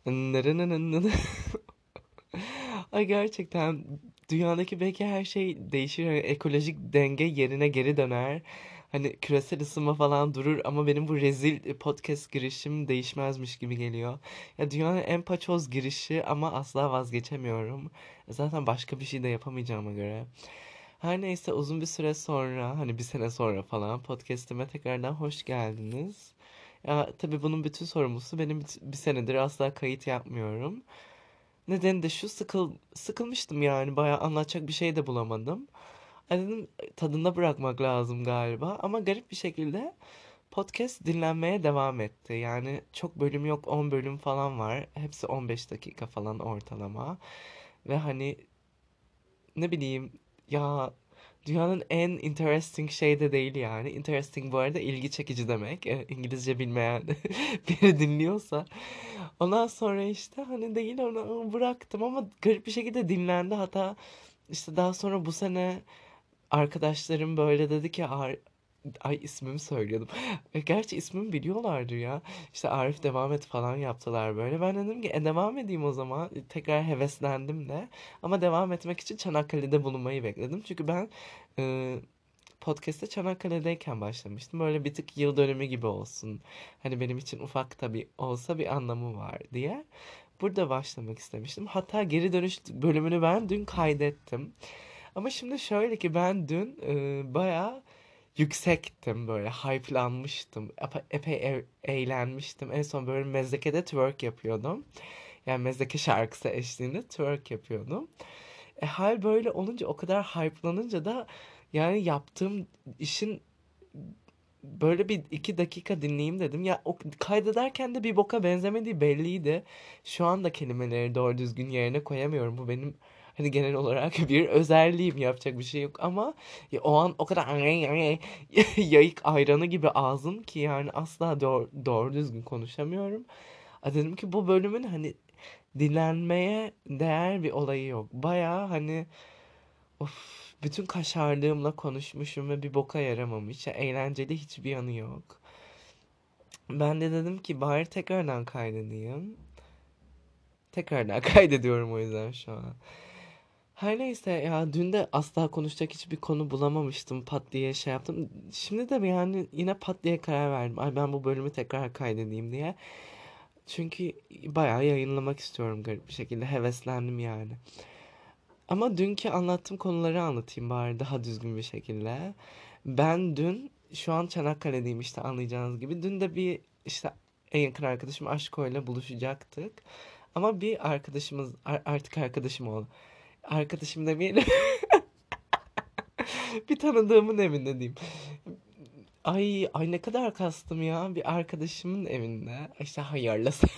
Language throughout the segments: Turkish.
Nırınınının. Ay gerçekten dünyadaki belki her şey değişir. Yani ekolojik denge yerine geri döner. Hani küresel ısınma falan durur ama benim bu rezil podcast girişim değişmezmiş gibi geliyor. Ya dünyanın en paçoz girişi ama asla vazgeçemiyorum. Zaten başka bir şey de yapamayacağıma göre. Her neyse uzun bir süre sonra hani bir sene sonra falan podcast'ime tekrardan hoş geldiniz. Ya tabii bunun bütün sorumlusu benim bir senedir asla kayıt yapmıyorum. Nedeni de şu sıkılmıştım yani bayağı anlatacak bir şey de bulamadım. Ay dedim tadında bırakmak lazım galiba ama garip bir şekilde podcast dinlenmeye devam etti. Yani çok bölüm yok 10 bölüm falan var. Hepsi 15 dakika falan ortalama. Ve hani ne bileyim ya dünyanın en interesting şey de değil yani. Interesting bu arada ilgi çekici demek. İngilizce bilmeyen biri dinliyorsa. Ondan sonra işte hani değil onu bıraktım ama garip bir şekilde dinlendi. Hatta işte daha sonra bu sene arkadaşlarım böyle dedi ki ay ismimi söylüyordum. Gerçi ismimi biliyorlardı ya. İşte Arif devam et falan yaptılar böyle. Ben dedim ki devam edeyim o zaman. Tekrar heveslendim de. Ama devam etmek için Çanakkale'de bulunmayı bekledim. Çünkü ben e, podcast'te Çanakkale'deyken başlamıştım. Böyle bir tık yıl dönümü gibi olsun. Hani benim için ufak tabii olsa bir anlamı var diye. Burada başlamak istemiştim. Hatta geri dönüş bölümünü ben dün kaydettim. Ama şimdi şöyle ki ben dün bayağı yüksektim böyle hype'lanmıştım. Epey eğlenmiştim. En son böyle Mezzeke'de twerk yapıyordum. Yani Mezdeke şarkısı eşliğinde twerk yapıyordum. Hal böyle olunca o kadar hype'lanınca da yani yaptığım işin böyle bir iki dakika dinleyeyim dedim. Ya o kaydederken de bir boka benzemediği belliydi. Şu anda kelimeleri doğru düzgün yerine koyamıyorum. Bu benim hani genel olarak bir özelliğim, yapacak bir şey yok ama ya o an o kadar yayık ayranı gibi ağzım ki yani asla doğru düzgün konuşamıyorum. Dedim ki bu bölümün hani dinlenmeye değer bir olayı yok. Baya hani bütün kaşarlığımla konuşmuşum ve bir boka yaramamış. Ya, eğlenceli hiçbir yanı yok. Ben de dedim ki bari tekrardan kaydedeyim. Tekrardan kaydediyorum o yüzden şu an. Her neyse ya dün de asla konuşacak hiçbir konu bulamamıştım. Pat diye şey yaptım. Şimdi de yani yine pat diye karar verdim. Ay ben bu bölümü tekrar kaydedeyim diye. Çünkü bayağı yayınlamak istiyorum garip bir şekilde. Heveslendim yani. Ama dünkü anlattığım konuları anlatayım bari daha düzgün bir şekilde. Ben dün şu an Çanakkale'deyim işte anlayacağınız gibi. Dün de bir işte en yakın arkadaşım Aşko ile buluşacaktık. Ama bir arkadaşımız artık arkadaşım oldu. Arkadaşım demeyelim. Bir tanıdığımın evinde diyeyim. Ay ne kadar kastım ya. Bir arkadaşımın evinde. İşte hayırlısı.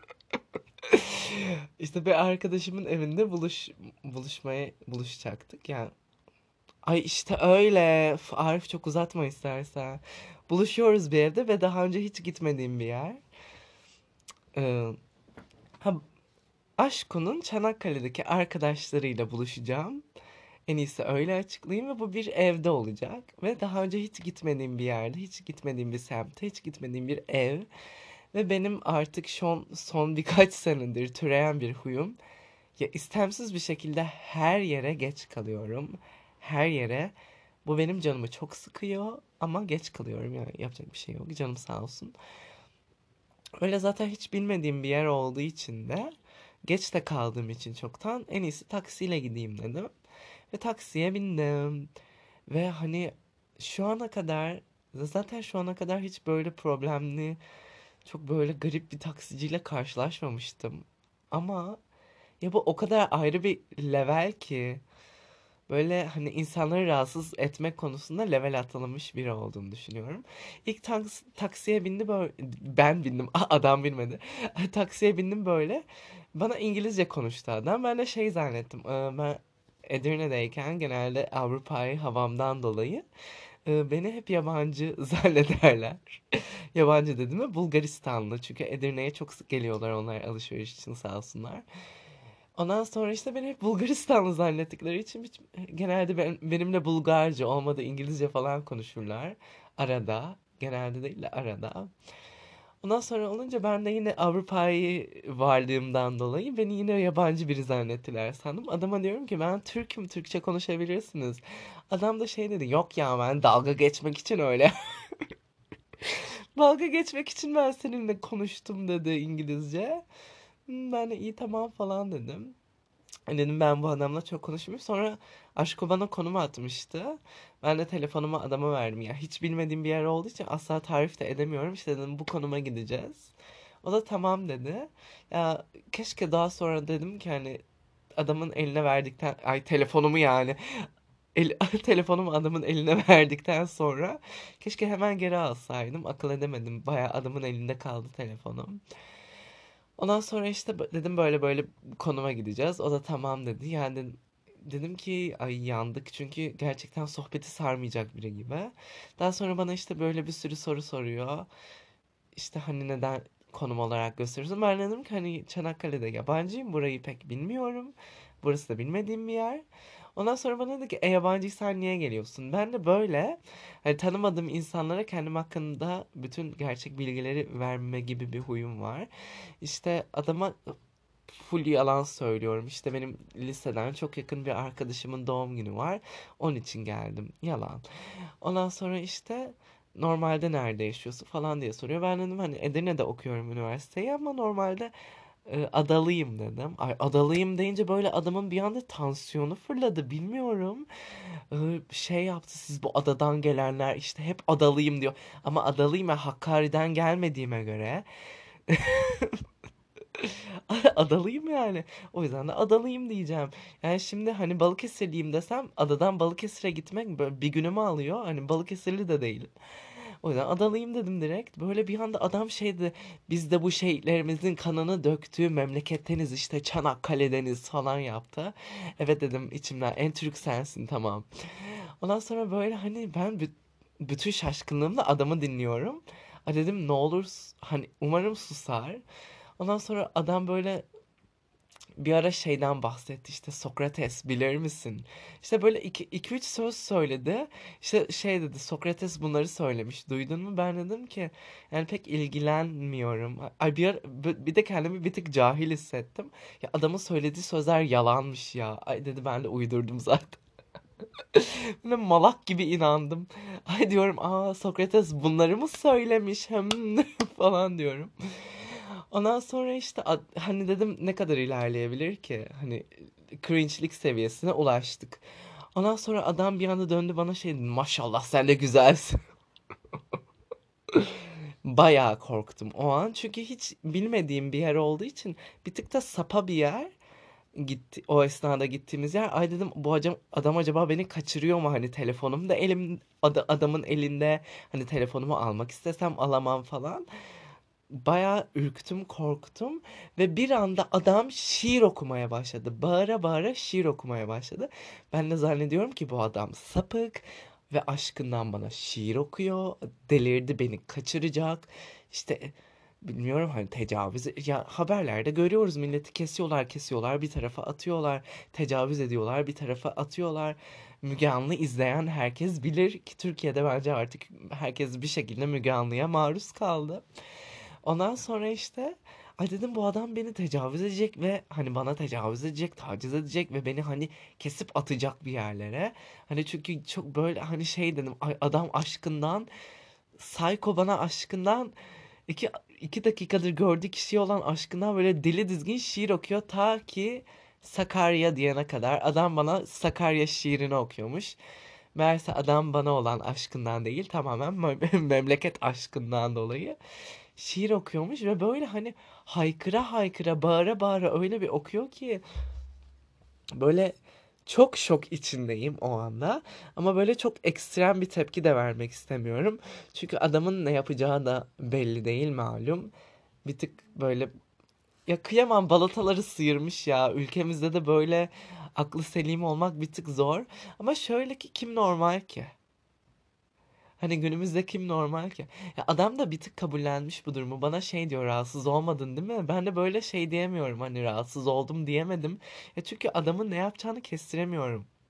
İşte bir arkadaşımın evinde buluşacaktık. Yani ay işte öyle. Arif çok uzatma istersen. Buluşuyoruz bir evde ve daha önce hiç gitmediğim bir yer. Ee, ha, Aşko'nun Çanakkale'deki arkadaşlarıyla buluşacağım. En iyisi öyle açıklayayım ve bu bir evde olacak. Ve daha önce hiç gitmediğim bir yerde, hiç gitmediğim bir semtte, hiç gitmediğim bir ev. Ve benim artık son birkaç senedir türeyen bir huyum. Ya istemsiz bir şekilde her yere geç kalıyorum. Her yere. Bu benim canımı çok sıkıyor ama geç kalıyorum yani yapacak bir şey yok. Canım sağ olsun. Öyle zaten hiç bilmediğim bir yer olduğu için de geç de kaldığım için çoktan en iyisi taksiyle gideyim dedim. Ve taksiye bindim. Ve hani şu ana kadar zaten şu ana kadar hiç böyle problemli çok böyle garip bir taksiciyle karşılaşmamıştım. Ama ya bu o kadar ayrı bir level ki böyle hani insanları rahatsız etmek konusunda level atlamış biri olduğunu düşünüyorum. İlk taksiye bindi böyle ben bindim adam binmedi. Taksiye bindim böyle. Bana İngilizce konuştu adam. Ben de şey zannettim. Ben Edirne'deyken genelde Avrupa'yı havamdan dolayı beni hep yabancı zannederler. Yabancı dedim mi Bulgaristanlı. Çünkü Edirne'ye çok sık geliyorlar onlar alışveriş için sağ olsunlar. Ondan sonra işte beni hep Bulgaristanlı zannettikleri için genelde benimle Bulgarca olmadı İngilizce falan konuşurlar. Arada. Genelde değil de arada. Ondan sonra olunca ben de yine Avrupa'yı varlığımdan dolayı beni yine yabancı biri zannettiler sandım. Adama diyorum ki ben Türk'üm, Türkçe konuşabilirsiniz. Adam da şey dedi, yok ya ben dalga geçmek için öyle. Dalga geçmek için ben seninle konuştum dedi İngilizce. Ben de iyi tamam falan dedim. Dedim ben bu adamla çok konuşmuyorum. Sonra Aşko bana konum atmıştı. Ben de telefonumu adama verdim. Ya hiç bilmediğim bir yer olduğu için asla tarif de edemiyorum. İşte dedim bu konuma gideceğiz. O da tamam dedi. Ya keşke daha sonra dedim ki hani adamın eline verdikten ay telefonumu yani telefonumu adamın eline verdikten sonra keşke hemen geri alsaydım. Akıl edemedim. Bayağı adamın elinde kaldı telefonum. Ondan sonra işte dedim böyle böyle konuma gideceğiz. O da tamam dedi. Yani dedim ki ay yandık çünkü gerçekten sohbeti sarmayacak biri gibi. Daha sonra bana işte böyle bir sürü soru soruyor. İşte hani neden konum olarak gösteriyorsun? Ben dedim ki hani Çanakkale'de yabancıyım. Burayı pek bilmiyorum. Burası da bilmediğim bir yer. Ondan sonra bana dedi ki yabancıysan niye geliyorsun? Ben de böyle hani tanımadığım insanlara kendim hakkında bütün gerçek bilgileri verme gibi bir huyum var. İşte adama full yalan söylüyorum. İşte benim liseden çok yakın bir arkadaşımın doğum günü var. Onun için geldim. Yalan. Ondan sonra işte normalde nerede yaşıyorsun falan diye soruyor. Ben dedim hani Edirne'de okuyorum üniversiteyi ama normalde adalıyım dedim. Ay adalıyım deyince böyle adamın bir anda tansiyonu fırladı. Bilmiyorum. Şey yaptı siz bu adadan gelenler işte hep adalıyım diyor. Ama adalıyım ya Hakkari'den gelmediğime göre. Adalıyım yani. O yüzden de adalıyım diyeceğim. Yani şimdi hani Balıkesirliyim desem adadan Balıkesir'e gitmek böyle bir günümü alıyor. Hani Balıkesirli de değilim. O yüzden adalıyım dedim direkt. Böyle bir anda adam şeydi. Biz de bu şehitlerimizin kanını döktüğü memleketteniz işte Çanakkale'deniz falan yaptı. Evet dedim içimden en Türk sensin tamam. Ondan sonra böyle hani ben bütün şaşkınlığımla adamı dinliyorum. A dedim ne olur hani umarım susar. Ondan sonra adam böyle bir ara şeyden bahsetti işte Sokrates bilir misin? İşte böyle iki üç söz söyledi. İşte şey dedi Sokrates bunları söylemiş. Duydun mu? Ben dedim ki yani pek ilgilenmiyorum. Ay bir de kendimi bir tık cahil hissettim. Ya adamın söylediği sözler yalanmış ya. Ay dedi ben de uydurdum zaten. Böyle malak gibi inandım. Ay diyorum Sokrates bunları mı söylemiş hem falan diyorum. Ondan sonra işte hani dedim ne kadar ilerleyebilir ki? Hani cringe'lik seviyesine ulaştık. Ondan sonra adam bir anda döndü bana şey dedi. Maşallah sen de güzelsin. Bayağı korktum o an. Çünkü hiç bilmediğim bir yer olduğu için bir tık da sapa bir yer. Gitti o esnada gittiğimiz yer. Ay dedim bu adam acaba beni kaçırıyor mu hani telefonum da adamın elinde hani telefonumu almak istesem alamam falan. Bayağı ürktüm, korktum ve bir anda adam şiir okumaya başladı. Bağıra bağıra şiir okumaya başladı. Ben de zannediyorum ki bu adam sapık ve aşkından bana şiir okuyor. Delirdi beni kaçıracak. İşte bilmiyorum hani tecavüz ya haberlerde görüyoruz milleti kesiyorlar kesiyorlar bir tarafa atıyorlar. Tecavüz ediyorlar bir tarafa atıyorlar. Müge Anlı izleyen herkes bilir ki Türkiye'de bence artık herkes bir şekilde Müge Anlı'ya maruz kaldı. Ondan sonra işte ay dedim bu adam beni tecavüz edecek ve hani bana tecavüz edecek, taciz edecek ve beni hani kesip atacak bir yerlere. Hani çünkü çok böyle hani şey dedim ay adam aşkından, Psycho bana aşkından iki, iki dakikadır gördüğü kişiye olan aşkından böyle deli dizgin şiir okuyor ta ki Sakarya diyene kadar. Adam bana Sakarya şiirini okuyormuş. Meğerse adam bana olan aşkından değil tamamen memleket aşkından dolayı şiir okuyormuş ve böyle hani haykıra haykıra bağıra bağıra öyle bir okuyor ki böyle çok şok içindeyim o anda ama böyle çok ekstrem bir tepki de vermek istemiyorum. Çünkü adamın ne yapacağı da belli değil malum. Bir tık böyle ya kıyamam balataları sıyırmış ya. Ülkemizde de böyle aklı selim olmak bir tık zor. Ama şöyle ki kim normal ki? Hani günümüzde kim normal ki? Ya adam da bir tık kabullenmiş bu durumu. Bana şey diyor rahatsız olmadın değil mi? Ben de böyle şey diyemiyorum. Hani rahatsız oldum diyemedim. Ya çünkü adamın ne yapacağını kestiremiyorum.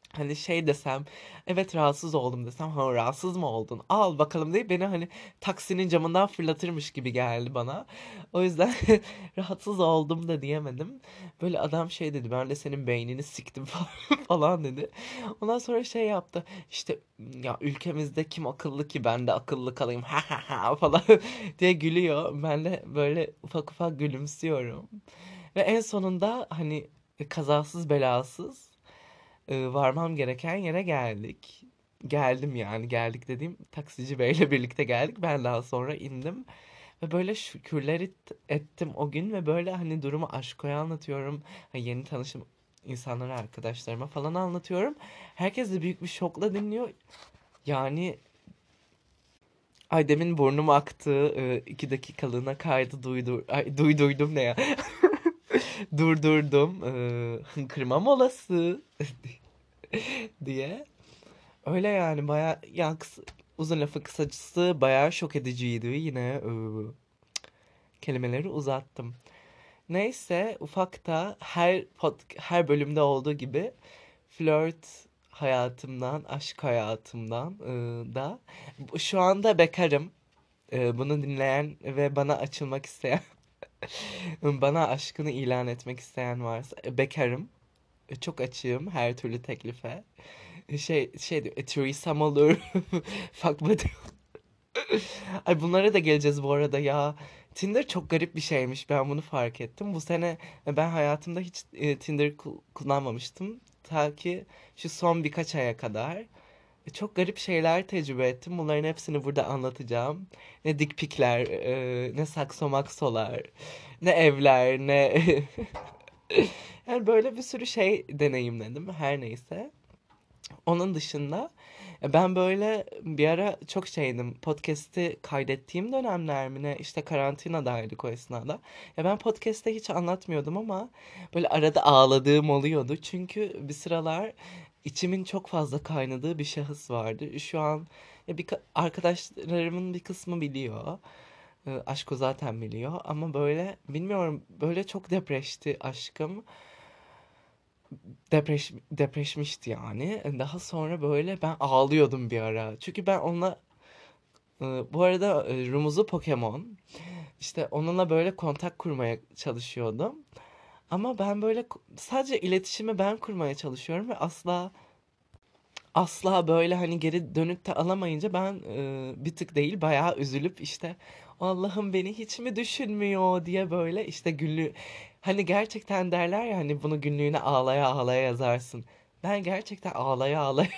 Hani şey desem, evet rahatsız oldum desem, ha rahatsız mı oldun? Al bakalım deyip beni hani taksinin camından fırlatırmış gibi geldi bana. O yüzden rahatsız oldum da diyemedim. Böyle adam şey dedi, ben de senin beynini siktim falan dedi. Ondan sonra şey yaptı. İşte ya ülkemizde kim akıllı ki ben de akıllı kalayım ha ha ha falan diye gülüyor. Ben de böyle ufak ufak gülümsüyorum. Ve en sonunda hani kazasız belasız varmam gereken yere geldik. Geldim yani, geldik dediğim taksici beyle birlikte geldik. Ben daha sonra indim ve böyle şükürler ettim o gün ve böyle hani durumu Aşko'ya anlatıyorum. Hani yeni tanışım insanlara, arkadaşlarıma falan anlatıyorum. Herkes de büyük bir şokla dinliyor. Yani ay demin burnum aktı. 2 dakikalığına kaydı duyduydum ne ya? Durdurdum. Hınkırma molası diye. Öyle yani baya ya uzun lafın kısacası baya şok ediciydi. Yine kelimeleri uzattım. Neyse ufakta her bölümde olduğu gibi flört hayatımdan, aşk hayatımdan da şu anda bekarım. Bunu dinleyen ve bana açılmak isteyen, bana aşkını ilan etmek isteyen varsa bekarım. Çok açığım her türlü teklife. Şey diyor, threesome olur. Fuck buddy. Ay bunlara da geleceğiz bu arada ya. Tinder çok garip bir şeymiş. Ben bunu fark ettim. Bu sene ben hayatımda hiç Tinder kullanmamıştım. Ta ki şu son birkaç aya kadar. Çok garip şeyler tecrübe ettim. Bunların hepsini burada anlatacağım. Ne dik pikler, ne saksomaksolar, ne evler, ne... Yani böyle bir sürü şey deneyimledim. Her neyse. Onun dışında ben böyle bir ara çok şeydim. Podcast'i kaydettiğim dönemler mi ne, işte karantinadaydık o esnada. Ya ben podcast'te hiç anlatmıyordum ama böyle arada ağladığım oluyordu. Çünkü bir sıralar içimin çok fazla kaynadığı bir şahıs vardı. Şu an ya arkadaşlarımın bir kısmı biliyor. Aşko zaten biliyor ama böyle bilmiyorum, böyle çok depreşti aşkım. Depreşmişti yani. Daha sonra böyle ben ağlıyordum bir ara. Çünkü ben onunla bu arada Rumuz'u Pokemon. İşte onunla böyle kontak kurmaya çalışıyordum. Ama ben böyle sadece iletişimi ben kurmaya çalışıyorum ve asla böyle hani geri dönüt de alamayınca ben bir tık değil bayağı üzülüp işte Allah'ım beni hiç mi düşünmüyor diye böyle işte hani gerçekten derler ya hani bunu günlüğüne ağlaya ağlaya yazarsın. Ben gerçekten ağlaya ağlaya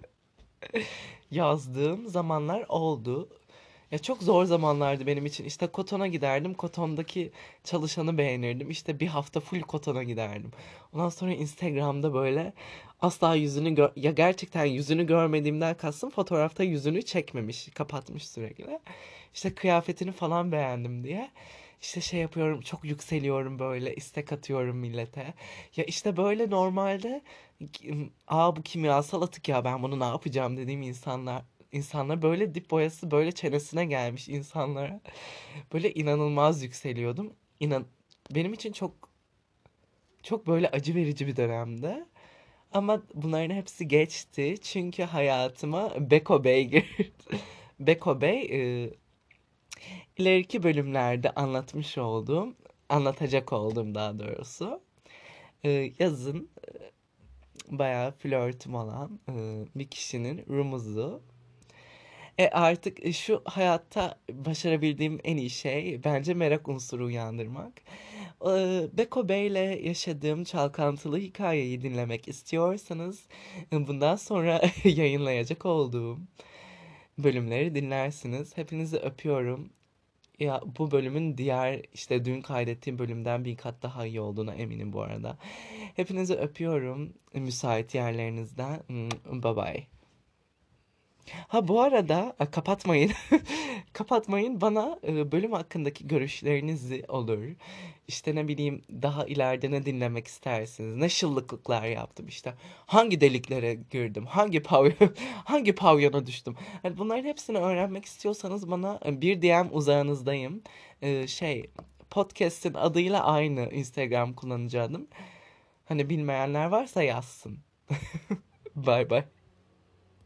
yazdığım zamanlar oldu. Ya çok zor zamanlardı benim için. İşte Koton'a giderdim. Koton'daki çalışanı beğenirdim. İşte bir hafta full Koton'a giderdim. Ondan sonra Instagram'da böyle asla ya gerçekten yüzünü görmediğimden kastım fotoğrafta yüzünü çekmemiş, kapatmış sürekli. İşte kıyafetini falan beğendim diye. İşte şey yapıyorum, çok yükseliyorum böyle, istek atıyorum millete. Ya işte böyle normalde bu kimyasal atık ya, ben bunu ne yapacağım dediğim insanlar böyle dip boyası böyle çenesine gelmiş insanlara böyle inanılmaz yükseliyordum. İnan benim için çok böyle acı verici bir dönemdi. Ama bunların hepsi geçti çünkü hayatıma Beko Bey girdi. Beko Bey ileriki bölümlerde anlatacak olduğum daha doğrusu. Yazın bayağı flörtüm olan bir kişinin rumuzu. Artık şu hayatta başarabildiğim en iyi şey bence merak unsuru uyandırmak. Beko Bey'le yaşadığım çalkantılı hikayeyi dinlemek istiyorsanız bundan sonra yayınlayacak olduğum bölümleri dinlersiniz. Hepinizi öpüyorum. Ya bu bölümün diğer işte dün kaydettiğim bölümden bir kat daha iyi olduğuna eminim bu arada. Hepinizi öpüyorum müsait yerlerinizden. Bye bye. Ha bu arada kapatmayın. Kapatmayın, bana bölüm hakkındaki görüşlerinizi olur. İşte ne bileyim daha ileride ne dinlemek istersiniz? Ne şıllıklıklar yaptım işte. Hangi deliklere girdim? Hangi pavyona düştüm? Hani bunların hepsini öğrenmek istiyorsanız bana bir DM uzağınızdayım. Şey podcast'in adıyla aynı Instagram kullanıcı adım. Hani bilmeyenler varsa yazsın. Bay bay.